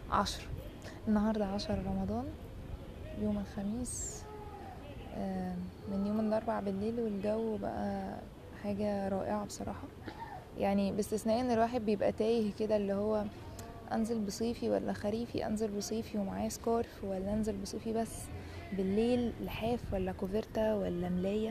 10. النهاردة 10 رمضان، يوم الخميس، من يوم الاربع بالليل، والجو بقى حاجة رائعة بصراحة. يعني باستثناء ان الواحد بيبقى تايه كده، اللي هو انزل بصيفي ولا خريفي، انزل بصيفي ومعايا سكارف، ولا انزل بصيفي بس بالليل لحاف ولا كوفرتا ولا ملاية.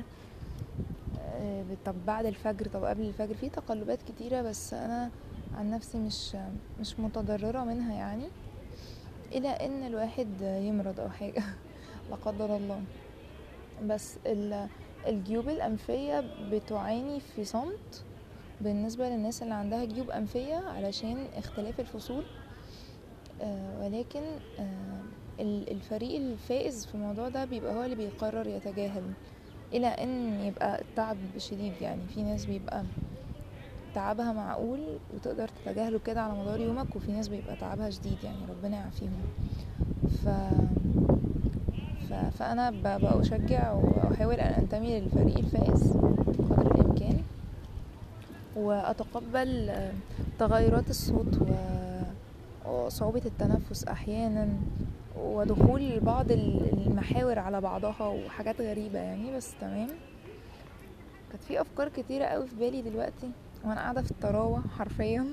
طب بعد الفجر، طب قبل الفجر، في تقلبات كتيرة، بس انا عن نفسي مش متضررة منها يعني، الى ان الواحد يمرض او حاجة لا قدر الله. بس الجيوب الأنفية بتعاني في صمت بالنسبة للناس اللي عندها جيوب أنفية علشان اختلاف الفصول. ولكن الفريق الفائز في الموضوع ده بيبقى هو اللي بيقرر يتجاهل إلى أن يبقى التعب شديد. يعني في ناس بيبقى تعبها معقول وتقدر تتجاهله كده على مدار يومك، وفي ناس بيبقى تعبها شديد، يعني ربنا يعافيهم. ف... فأنا بأشجع وأحاول أن أنتمي للفريق الفائز قدر الإمكان، وأتقبل تغيرات الصوت وصعوبة التنفس أحيانا، ودخول بعض المحاور على بعضها وحاجات غريبة يعني. بس تمام. كانت في أفكار كتيرة قوي في بالي دلوقتي وأنا قاعدة في الطراوة حرفيا.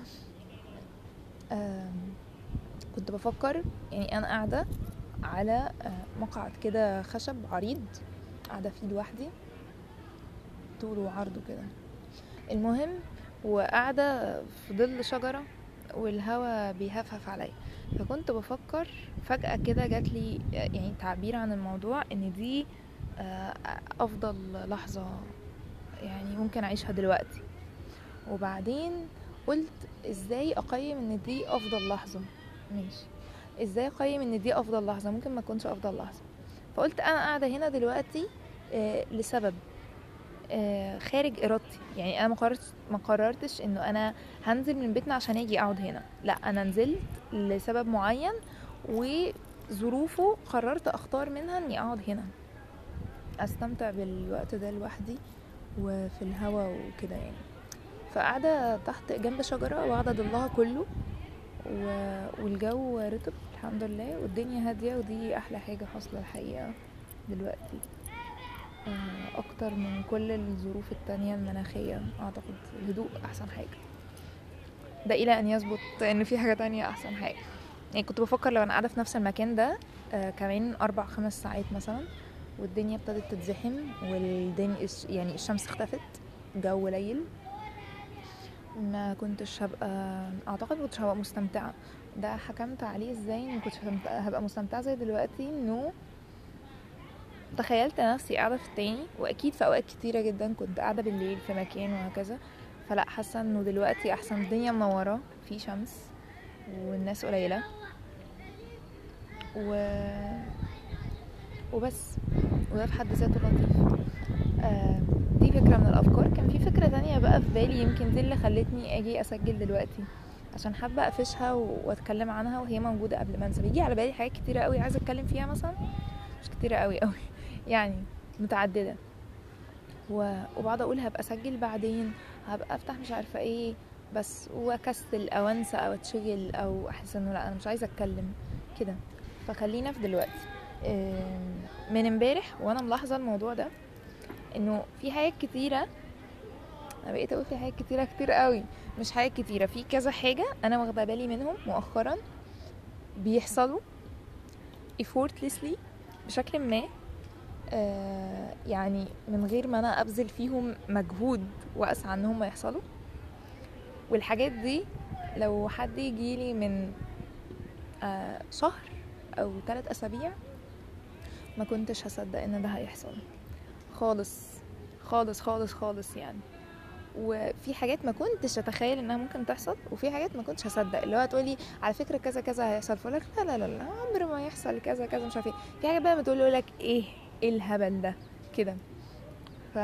كنت بفكر، يعني أنا قاعدة على مقعد كده خشب عريض، قاعدة فيه لوحدي، طوله وعرضه كده. المهم، وقاعدة في ظل شجرة والهوا بيهفهف عليا، فكنت بفكر فجأة كده جاتلي يعني تعبير عن الموضوع، ان دي افضل لحظة يعني ممكن اعيشها دلوقتي. وبعدين قلت ازاي اقيم ان دي افضل لحظة؟ ماشي، ازاي اقيم ان دي افضل لحظة؟ ممكن ما تكونش افضل لحظة. فقلت انا قاعدة هنا دلوقتي لسبب خارج ارادتي. يعني انا ما قررتش انه انا هنزل من بيتنا عشان اجي اقعد هنا، لا، انا نزلت لسبب معين وظروفه قررت اختار منها اني اقعد هنا استمتع بالوقت ده لوحدي وفي الهوا وكده يعني. فقاعدة تحت جنب شجرة وقاعدة ضلها كله والجو رطب الحمد لله، والدنيا هادية، ودي احلى حاجة حاصلة الحقيقة دلوقتي، اكتر من كل الظروف التانية المناخية. اعتقد الهدوء احسن حاجة، ده الى ان يثبت ان في حاجة تانية احسن حاجة. يعني كنت بفكر لو انا قاعدة في نفس المكان ده كمان 4-5 ساعات مثلا، والدنيا ابتدت تتزحم، والدنيا يعني الشمس اختفت، جو ليل، ما كنتش اعتقد كنتش هبقى مستمتعة. ده حكمت عليه ازاي ما كنتش هبقى مستمتعة زي دلوقتي؟ انه تخيلت نفسي قاعدة في التاني، واكيد في اوقات كتيرة جدا كنت قاعدة بالليل في مكان وهكذا. فلا، حاسة انه دلوقتي احسن، الدنيا منورة، في شمس والناس قليلة و... وبس. وده في حد ذاته لطيف. دي فكرة من الافكار. كان في فكرة تانية بقى في بالي، يمكن دي اللي خلتني اجي اسجل دلوقتي عشان حابة اقفشها واتكلم عنها وهي موجودة قبل ما انسى. بيجي على بالي حاجات كتيرة قوي عايزة اتكلم فيها مثلا، مش كتيرة قوي قوي يعني، متعددة، وبعد اقول هبقى اسجل بعدين، هبقى افتح مش عارفه ايه، بس واكسل او انسى او اتشغل او احس انه لا انا مش عايزه اتكلم كده. فخلينا في دلوقتي. من امبارح وانا ملاحظه الموضوع ده، انه في حاجات كتيره، انا بقيت اقول في حاجات كتيره كتير قوي، مش حاجات كتيره، في كذا حاجه انا واخده بالي منهم مؤخرا بيحصلوا effortlessly بشكل ما، يعني من غير ما انا ابذل فيهم مجهود واسعى ان هم يحصلوا. والحاجات دي لو حد يجيلي من شهر او 3 اسابيع ما كنتش هصدق ان ده هيحصل خالص خالص خالص خالص يعني. وفي حاجات ما كنتش اتخيل انها ممكن تحصل، وفي حاجات ما كنتش هصدق، اللي هو هتقولي على فكره كذا كذا هيحصل، فقولك لا لا لا لا عمر ما يحصل كذا كذا مش عارفه ايه. في حاجات بقى بتقول لك ايه الهبل ده كده. ف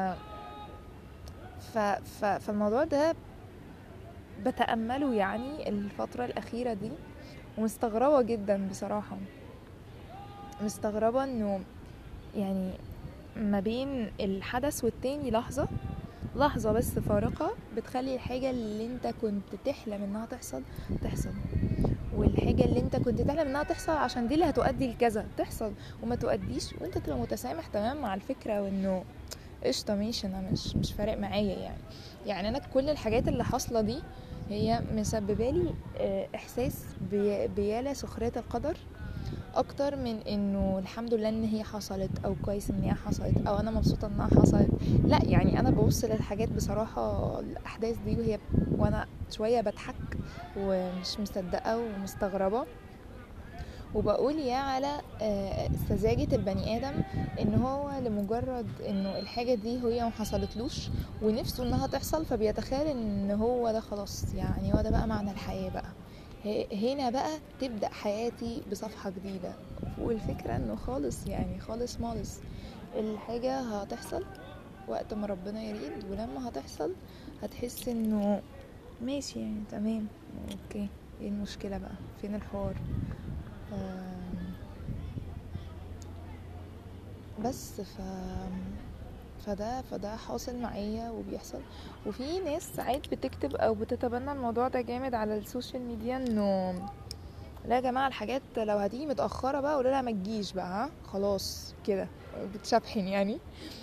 فالموضوع ده بتأمله يعني الفترة الأخيرة دي، ومستغربة جدا بصراحة، مستغربة انه يعني ما بين الحدث والتاني لحظة بس فارقة بتخلي الحاجة اللي انت كنت تحلم انها تحصل تحصل. والحاجة اللي انت كنت تحلم انها تحصل عشان دي اللي هتؤدي لكذا تحصل وما تؤديش، وانت تبقى متسامح تمام مع الفكرة، وانه قشطة ماشي، انا مش فارق معايا يعني انا كل الحاجات اللي حاصلة دي هي مسببالي احساس بيالا سخرية القدر، اكتر من انه الحمد لله ان هي حصلت، او كويس ان هي حصلت، او انا مبسوطه انها حصلت. لا يعني انا ببص للحاجات بصراحه، الاحداث دي وانا شويه بضحك ومش مصدقه ومستغربه، وبقول يا على سذاجة البني آدم ان هو لمجرد انه الحاجة دي هي ما حصلتلوش ونفسه انها تحصل، فبيتخيل ان هو ده خلاص، يعني هو ده بقى معنى الحياة بقى، هنا بقى تبدأ حياتي بصفحة جديدة. والفكرة انه خالص، يعني خالص مالص، الحاجة هتحصل وقت ما ربنا يريد، ولما هتحصل هتحس انه ماشي يعني تمام اوكي، ايه المشكلة بقى، فين الحوار؟ بس فده حاصل معايا وبيحصل. وفي ناس ساعات بتكتب او بتتبنى الموضوع ده جامد على السوشيال ميديا، انه لا يا جماعه الحاجات لو هتيجي متاخره بقى قولوا لها ما تجيش بقى، ها خلاص كده، بتشبحن يعني.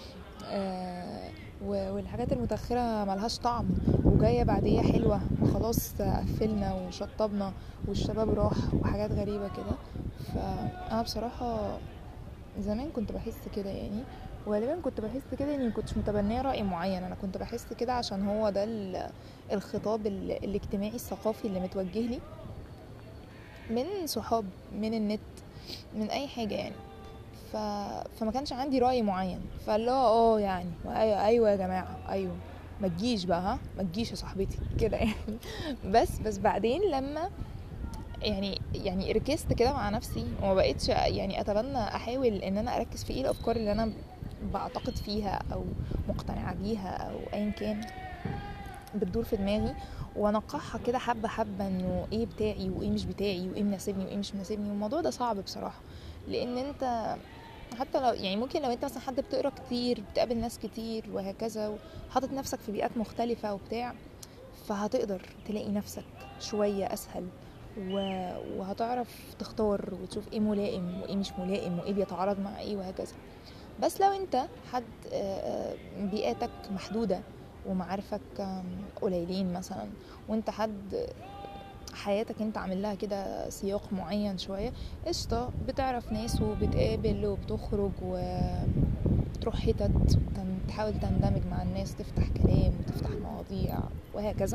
والحاجات المتاخره ملهاش طعم وجايه بعديها حلوه، خلاص قفلنا وشطبنا والشباب راح وحاجات غريبه كده. فانا بصراحه زمان كنت بحس كده يعني، وغالبا كنت بحس كده اني مكنتش متبنيه راي معين، انا كنت بحس كده عشان هو ده الخطاب الاجتماعي الثقافي اللي متوجه لي من صحاب، من النت، من اي حاجه يعني. ف... فما كانش عندي راي معين، فاللي هو يعني ايوه يا جماعه ايوه، ما تجيش بقى، ها ما تجيش يا صاحبتي كده يعني. بس بعدين لما يعني ركزت كده مع نفسي وما بقيتش يعني اتبنى احاول ان انا اركز في ايه الافكار اللي انا بعتقد فيها او مقتنعه بيها او ايا كان بتدور في دماغي، وانقحها كده حبه حبه، انه ايه بتاعي وايه مش بتاعي، وايه مناسبني وايه مش مناسبني. والموضوع ده صعب بصراحه، لان انت حتى لو يعني ممكن لو انت مثلا حد بتقرا كتير، بتقابل ناس كتير وهكذا، وحاطط نفسك في بيئات مختلفه وبتاع، فهتقدر تلاقي نفسك شويه اسهل، وهتعرف تختار وتشوف ايه ملائم وايه مش ملائم وايه بيتعارض مع ايه وهكذا. بس لو انت حد بيئتك محدودة ومعارفك قليلين مثلا، وانت حد حياتك انت عامل لها كده سياق معين شوية، قشطة بتعرف ناس وبتقابل وبتخرج وتروح حتت، تحاول تندمج مع الناس، تفتح كلام وتفتح مواضيع وهكذا.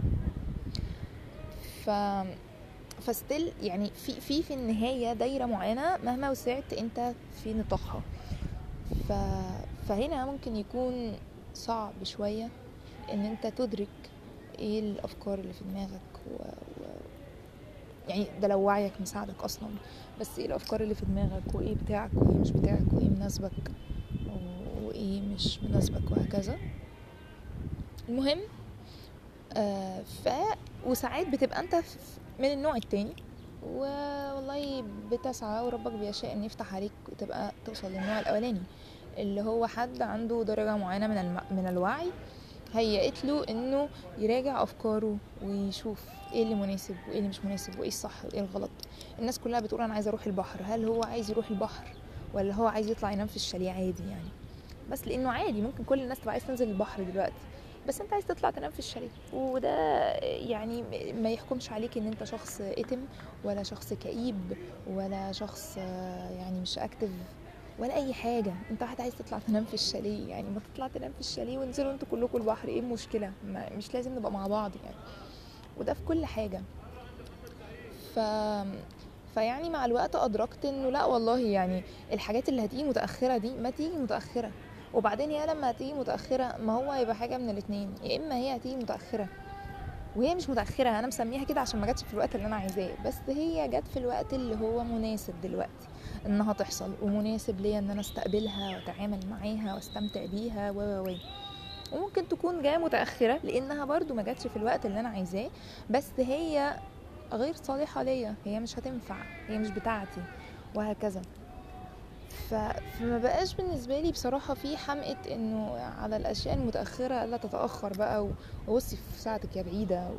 ف فستيل يعني في النهاية دايرة معينة مهما وسعت انت في نطاقها. ف... فهنا ممكن يكون صعب شوية ان انت تدرك ايه الافكار اللي في دماغك يعني ده لو وعيك مساعدك اصلا، بس ايه الافكار اللي في دماغك، وايه بتاعك وايه مش بتاعك، وايه مناسبك وايه مش مناسبك وهكذا. المهم ف وساعات بتبقى انت من النوع التاني، والله بتسعى وربك بيشاء ان يفتح عليك وتبقى توصل للنوع الاولاني، اللي هو حد عنده درجة معينة من الوعي هيئت له انه يراجع افكاره ويشوف ايه اللي مناسب وايه اللي مش مناسب، وايه الصح وايه الغلط. الناس كلها بتقول انا عايزه اروح البحر، هل هو عايز يروح البحر ولا هو عايز يطلع ينام في الشاليه عادي يعني؟ بس لانه عادي ممكن كل الناس تبقى عايز تنزل البحر دلوقتي، بس انت عايز تطلع تنام في الشاليه، وده يعني ما يحكمش عليك ان انت شخص اتم ولا شخص كئيب ولا شخص يعني مش اكتف ولا اي حاجه. انت واحد عايز تطلع تنام في الشاليه، يعني ما تطلع تنام في الشاليه وانزلوا انتوا كلكم البحر، ايه المشكله؟ مش لازم نبقى مع بعض يعني، وده في كل حاجه. ف فيعني مع الوقت ادركت انه لا والله، يعني الحاجات اللي هتيجي متاخره دي ما تيجي متاخره، وبعدين هي لما هتيجي متاخره ما هو هيبقى حاجه من الاتنين، يا اما هي هتيجي متاخره وهي مش متاخره، انا مسميها كده عشان ما جاتش في الوقت اللي انا عايزاه، بس هي جت في الوقت اللي هو مناسب دلوقتي انها تحصل، ومناسب ليا ان انا استقبلها واتعامل معاها واستمتع بيها وممكن تكون جايه متاخره لانها برضو ما جاتش في الوقت اللي انا عايزاه، بس هي غير صالحه ليا، هي مش هتنفع، هي مش بتاعتي وهكذا. فما بقاش بالنسبه لي بصراحه في حمقه انه على الاشياء المتاخره لا تتاخر بقى، وبصي في ساعتك يا بعيده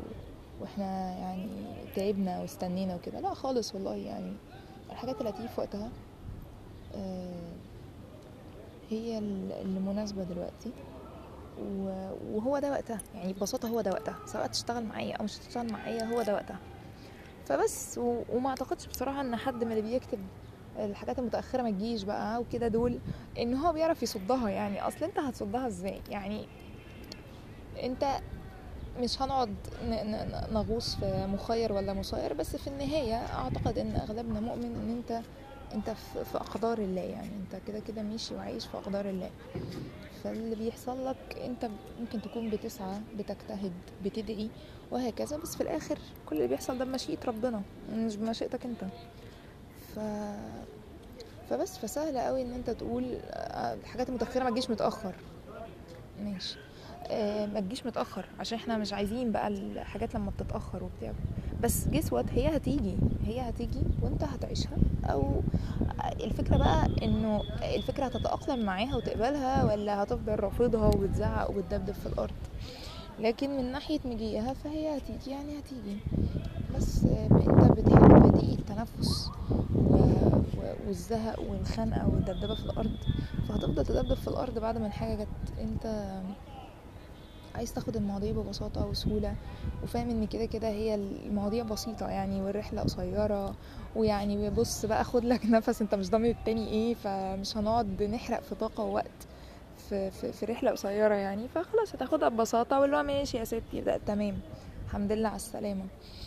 واحنا يعني تعبنا واستنينا وكده. لا خالص والله، يعني الحاجات اللي هتيجي في وقتها آه، هي اللي مناسبة دلوقتي، وهو ده وقتها. يعني ببساطة هو ده وقتها، سواء تشتغل معايا او مش تشتغل معايا هو ده وقتها. فبس وما اعتقدش بصراحة ان حد من اللي بيكتب الحاجات المتأخرة ما تجيش بقى وكده دول ان هو بيعرف يصدها. يعني اصل انت هتصدها ازاي؟ يعني انت مش هنقعد نغوص في مخير ولا مسير، بس في النهاية اعتقد ان اغلبنا مؤمن ان انت في اقدار الله. يعني انت كده كده ماشي وعايش في اقدار الله. فاللي بيحصل لك انت ممكن تكون بتسعى، بتجتهد، بتدعي وهكذا، بس في الاخر كل اللي بيحصل ده بمشيئة ربنا مش بمشيئتك انت. ف فبس فسهل قوي ان انت تقول الحاجات المتأخرة ما تجيش متأخر. ماشي، ما تجيش متأخر عشان احنا مش عايزين بقى الحاجات لما بتتأخر وبتاع. بس جس وات هي هتيجي وانت هتعيشها. او الفكرة بقى انه الفكرة هتتأقلم معاها وتقبلها، ولا هتفضل رافضها وبتزعق وبتدبدب في الارض. لكن من ناحية مجيئها فهي هتيجي، يعني هتيجي. بس انت بتحب ضيق التنفس والزهق والخنقة والدبدبة في الارض، فهتفضل تدبدب في الارض بعد ما الحاجة جت. انت عايز تاخد المواضيع ببساطة وسهولة، وفاهم ان كده كده هي المواضيع بسيطة يعني، والرحلة قصيرة. ويعني بص بقى، خد لك نفس، انت مش ضامن التاني ايه، فمش هنقعد نحرق في طاقة ووقت في رحلة قصيرة يعني. فخلاص هتاخدها ببساطة، واللي هو ماشي يا ستي ده تمام، الحمد لله على السلامة.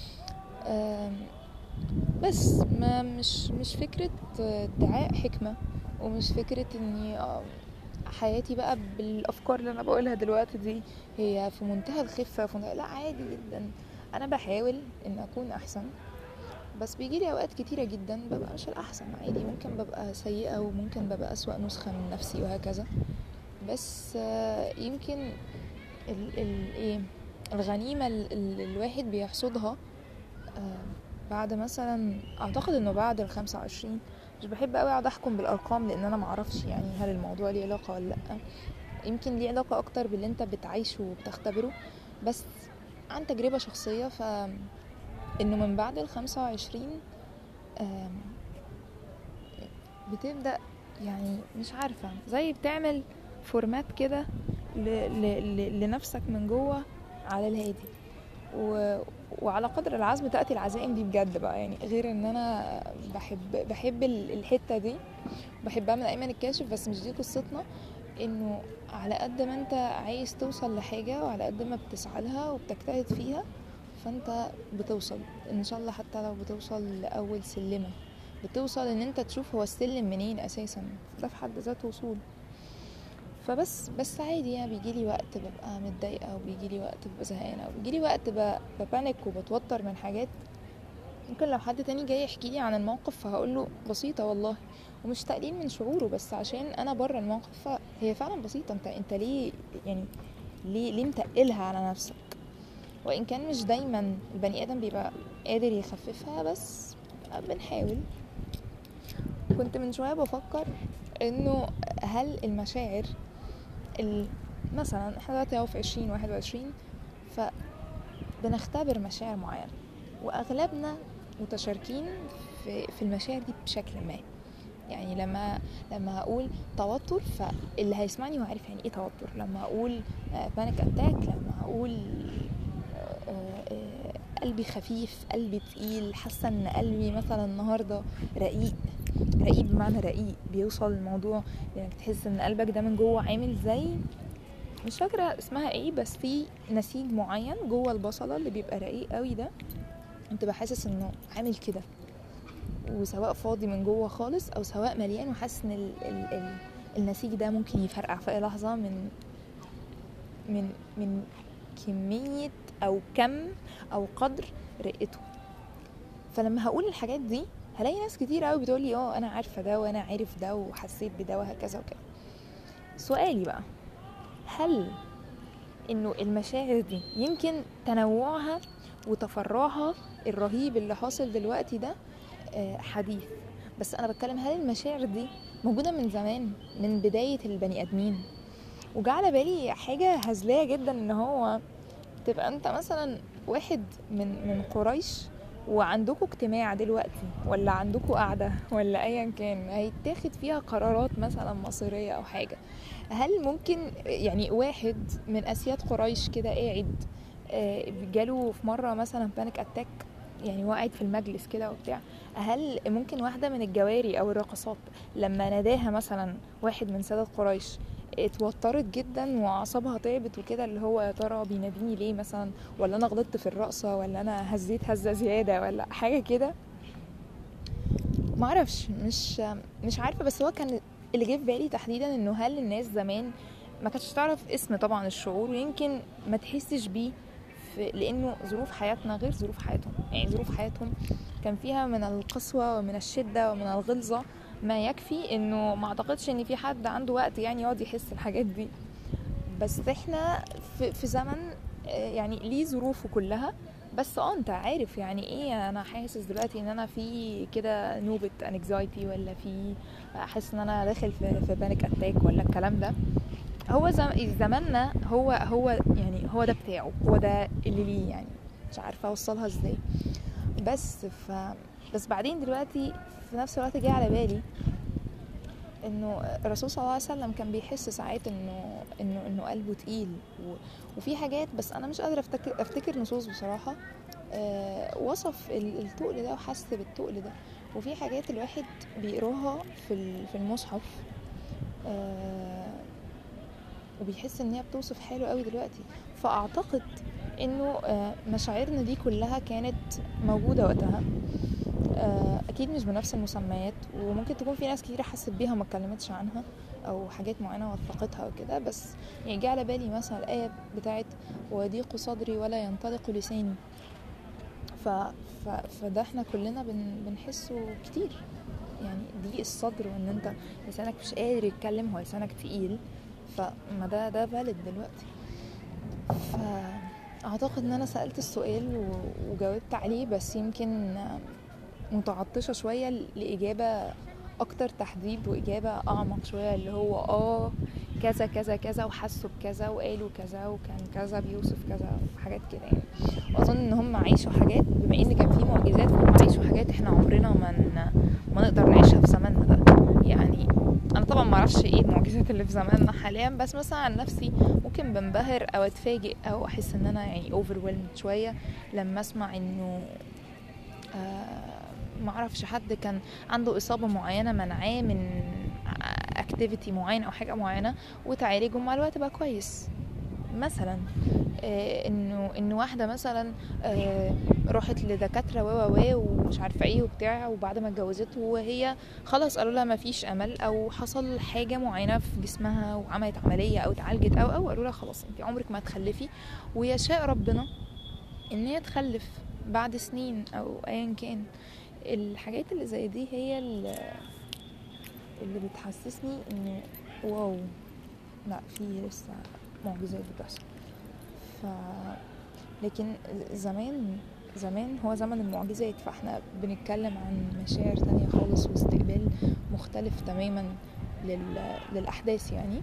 بس ما مش فكرة ادعاء حكمة، ومش فكرة اني حياتي بقى بالافكار اللي انا بقولها دلوقتي دي هي في منتهى الخفة، لا عادي جدا. انا بحاول ان اكون احسن، بس بيجيلي اوقات كتيرة جدا ببقى مش الاحسن. عادي، ممكن ببقى سيئة وممكن ببقى اسوأ نسخة من نفسي وهكذا. بس يمكن ايه الغنيمة اللي الواحد بيحصدها بعد مثلا، اعتقد انه بعد 25. مش بحب قوي اقعد احكم بالارقام لان انا معرفش يعني هل الموضوع ليه علاقة ولا لا. يمكن ليه علاقة اكتر باللي انت بتعيشه وبتختبره. بس عن تجربة شخصية، انه من بعد 25 بتبدأ يعني مش عارفة، زي بتعمل فورمات كده لنفسك من جوه على الهادي. وعلى قدر العزم تأتي العزائم دي بجد بقى. يعني غير ان انا بحب الحتة دي، بحبها من ايمن الكاشف، بس مش دي قصتنا. انه على قد ما انت عايز توصل لحاجة، وعلى قد ما بتسعى لها وبتجتهد فيها، فانت بتوصل ان شاء الله. حتى لو بتوصل لأول سلمة، بتوصل ان انت تشوف هو السلم منين اساسا، ده في حد ذاته وصول. فبس عادي يعني. بيجيلي وقت ببقى متضايقة، وبيجيلي وقت ببقى زهقانة، وبيجيلي وقت ببانك وبتوتر من حاجات ممكن لو حد تاني جاي يحكي لي عن الموقف فهقوله بسيطة والله، ومش تقليل من شعوره، بس عشان انا بره الموقف فهي فعلا بسيطة. انت ليه يعني ليه متقلها على نفسك؟ وان كان مش دايما البني ادم بيبقى قادر يخففها، بس بنحاول. كنت من شوية بفكر انه هل المشاعر مثلا احنا دلوقتي اهو في 2021، فبنختبر مشاعر معينة، واغلبنا متشاركين في المشاعر دي بشكل ما. يعني لما هقول توتر، فاللي هيسمعني هو عارف يعني ايه توتر. لما هقول بانيك اتاك، لما هقول قلبي خفيف، قلبي تقيل، حاسه ان قلبي مثلا النهارده رقيق. رقيق بمعنى رقيق، بيوصل الموضوع يعني تحس ان قلبك ده من جوه عامل زي، مش فاكره اسمها ايه، بس في نسيج معين جوه البصله اللي بيبقى رقيق قوي ده، انت بحاسس انه عامل كده. وسواء فاضي من جوه خالص او سواء مليان، وحاسس ان النسيج ده ممكن يفرقع في اي لحظه من كميه او كم او قدر رقته. فلما هقول الحاجات دي هلاقي ناس كتير قوي بتقولي انا عارفه ده، وانا عارف ده، وحسيت بده، وهكذا وكده. سؤالي بقى، هل انه المشاعر دي يمكن تنوعها وتفرعها الرهيب اللي حاصل دلوقتي ده حديث، بس انا بتكلم هل المشاعر دي موجوده من زمان، من بدايه البني ادمين؟ وجعل بالي حاجه هزليه جدا، ان هو تبقى انت مثلا واحد من قريش وعندكم اجتماع دلوقتي ولا عندكم قعدة ولا ايا كان هيتاخد فيها قرارات مثلا مصيرية او حاجة، هل ممكن يعني واحد من اسياد قريش كده قاعد جاله في مرة مثلا بانيك اتاك، يعني وقعت في المجلس كده وبتاع، هل ممكن واحدة من الجواري او الراقصات لما ناداها مثلا واحد من سادة قريش اتوترت جدا واعصابها تعبت وكده، اللي هو يا ترى بيناديني ليه مثلا، ولا انا غلطت في الرقصة، ولا انا هزيت هزة زيادة ولا حاجة كده؟ معرفش، مش عارفة. بس هو كان اللي جه في بالي تحديدا انه هل الناس زمان ما كانتش تعرف اسم طبعا الشعور، ويمكن ما تحسش بيه لانه ظروف حياتنا غير ظروف حياتهم. يعني ظروف حياتهم كان فيها من القسوة ومن الشدة ومن الغلظة ما يكفي انه ما اعتقدش ان في حد عنده وقت يعني يقعد يحس الحاجات دي. بس احنا في زمن يعني ليه ظروفه كلها. بس انت عارف يعني ايه انا حاسس دلوقتي ان انا في كده نوبة انكزايتي، ولا في احس ان انا داخل في بانيك اتاك ولا الكلام ده. هو زماننا هو يعني هو ده بتاعه، هو ده اللي ليه يعني. مش عارفه اوصلها ازاي. بس بس بعدين دلوقتي في نفس الوقت جه على بالي انه الرسول صلى الله عليه وسلم كان بيحس ساعات انه قلبه تقيل وفي حاجات، بس انا مش قادره افتكر نصوص بصراحه وصف التقل ده وحس بالتقل ده. وفي حاجات الواحد بيقراها في المصحف وبيحس ان هي بتوصف حاله قوي دلوقتي. فاعتقد انه مشاعرنا دي كلها كانت موجوده وقتها. اكيد مش بنفس المسميات، وممكن تكون في ناس كتير حست بيها وما اتكلمتش عنها، او حاجات معينه وثقتها وكده. بس يعني جه على بالي مثلا الايه بتاعت ويضيق صدري ولا ينطلق لساني. ف... فده احنا كلنا بنحسه كتير. يعني ضيق الصدر وان انت لسانك مش قادر يتكلم، هو لسانك تقيل. فما ده بالد دلوقتي. فاعتقد ان انا سألت السؤال وجاوبت عليه، بس يمكن متعطشة شوية لإجابة أكتر تحديد وإجابة أعمق شوية، اللي هو كذا كذا كذا وحسوا بكذا وقالوا كذا وكان كذا بيوصف كذا وحاجات كده يعني. وأظن إن هم عايشوا حاجات، بما إن كان في معجزات فهم عايشوا حاجات إحنا عمرنا ما نقدر نعيشها في زماننا ده. يعني أنا طبعا ما اعرفش إيه المعجزات اللي في زماننا حاليا، بس مثلا عن نفسي ممكن بنبهر أو أتفاجئ أو أحس إن أنا يعني overwhelmed شوية لما أسمع إنه معرفش حد كان عنده إصابة معينة منعاه من اكتيفيتي معين أو حاجة معينة وتعالج ومع الوقت بقى كويس. مثلا انه واحدة مثلا راحت لدكاترة ومش عارفة ايه وبتاع، وبعد ما اتجوزته وهي خلاص قالوا لها ما فيش امل، او حصل حاجة معينة في جسمها وعملت عملية او اتعالجت او قالوا لها خلاص انت عمرك ما تخلفي، ويشاء ربنا ان هي تخلف بعد سنين او ايا كان. الحاجات اللي زي دي هي اللي بتحسسني ان واو، لا في لسه معجزات بتحصل. ف لكن زمان هو زمن المعجزات، فاحنا بنتكلم عن مشاعر تانية خالص واستقبال مختلف تماما للأحداث يعني.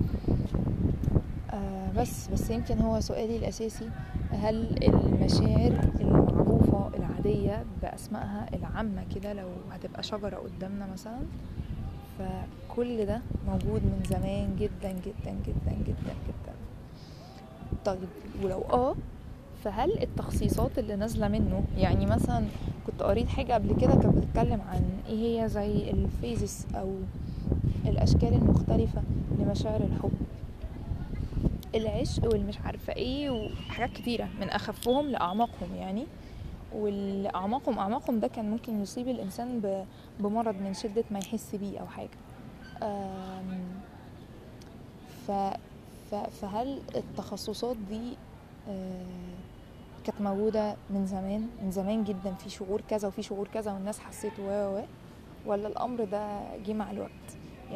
بس يمكن هو سؤالي الأساسي، هل المشاعر المعروفة العادية بأسمائها العامة كده لو هتبقى شجرة قدامنا مثلا، فكل ده موجود من زمان جدا جدا جدا جدا جدا. طيب ولو فهل التخصيصات اللي نازلة منه، يعني مثلا كنت قريت حاجة قبل كده كانت بتتكلم عن ايه هي زي الفيزس او الاشكال المختلفة لمشاعر الحب، العشق والمش عارفة ايه وحاجات كتيرة من اخفهم لاعمقهم يعني. والأعماقهم ده كان ممكن يصيب الإنسان بمرض من شدة ما يحس بيه أو حاجة. ف فهل التخصصات دي كانت موجودة من زمان جدا، في شعور كذا وفي شعور كذا والناس حسيته ولا الأمر ده جه مع الوقت؟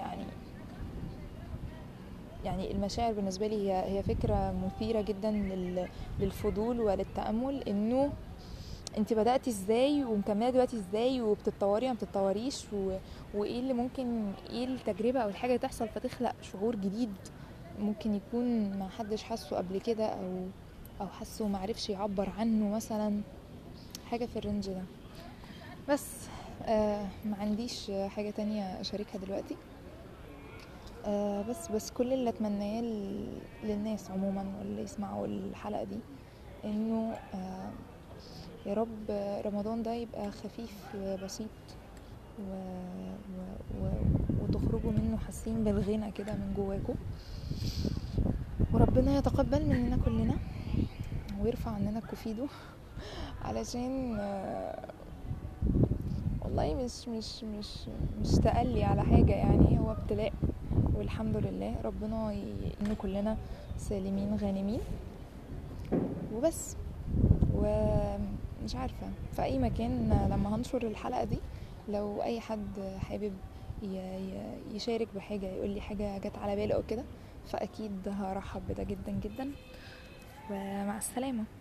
يعني المشاعر بالنسبة لي هي فكرة مثيرة جدا للفضول وللتأمل، انه انت بدأتي ازاي ومكملة دلوقتي ازاي وبتتطوري ما بتتطوريش وايه اللي ممكن ايه التجربة او الحاجة تحصل فتخلق شعور جديد ممكن يكون ما حدش حسه قبل كده، او او حاسه معرفش يعبر عنه مثلا، حاجة في الرنج ده. بس ما عنديش حاجة تانية اشاركها دلوقتي. بس كل اللي اتمناه للناس عموما واللي يسمعوا الحلقة دي انه يا رب رمضان ده يبقى خفيف بسيط و... و... و... وتخرجوا منه حاسين بالغنى كده من جواكم، وربنا يتقبل مننا كلنا ويرفع عننا الكوفيدو علشان والله مش تقلي على حاجة، يعني هو ابتلاء والحمد لله. ربنا إن كلنا سالمين غانمين وبس. ومش عارفة في أي مكان لما هنشر الحلقة دي، لو أي حد حابب يشارك بحاجة، يقول لي حاجة جت على باله أو كده، فأكيد هرحب بده جدا جدا. ومع السلامة.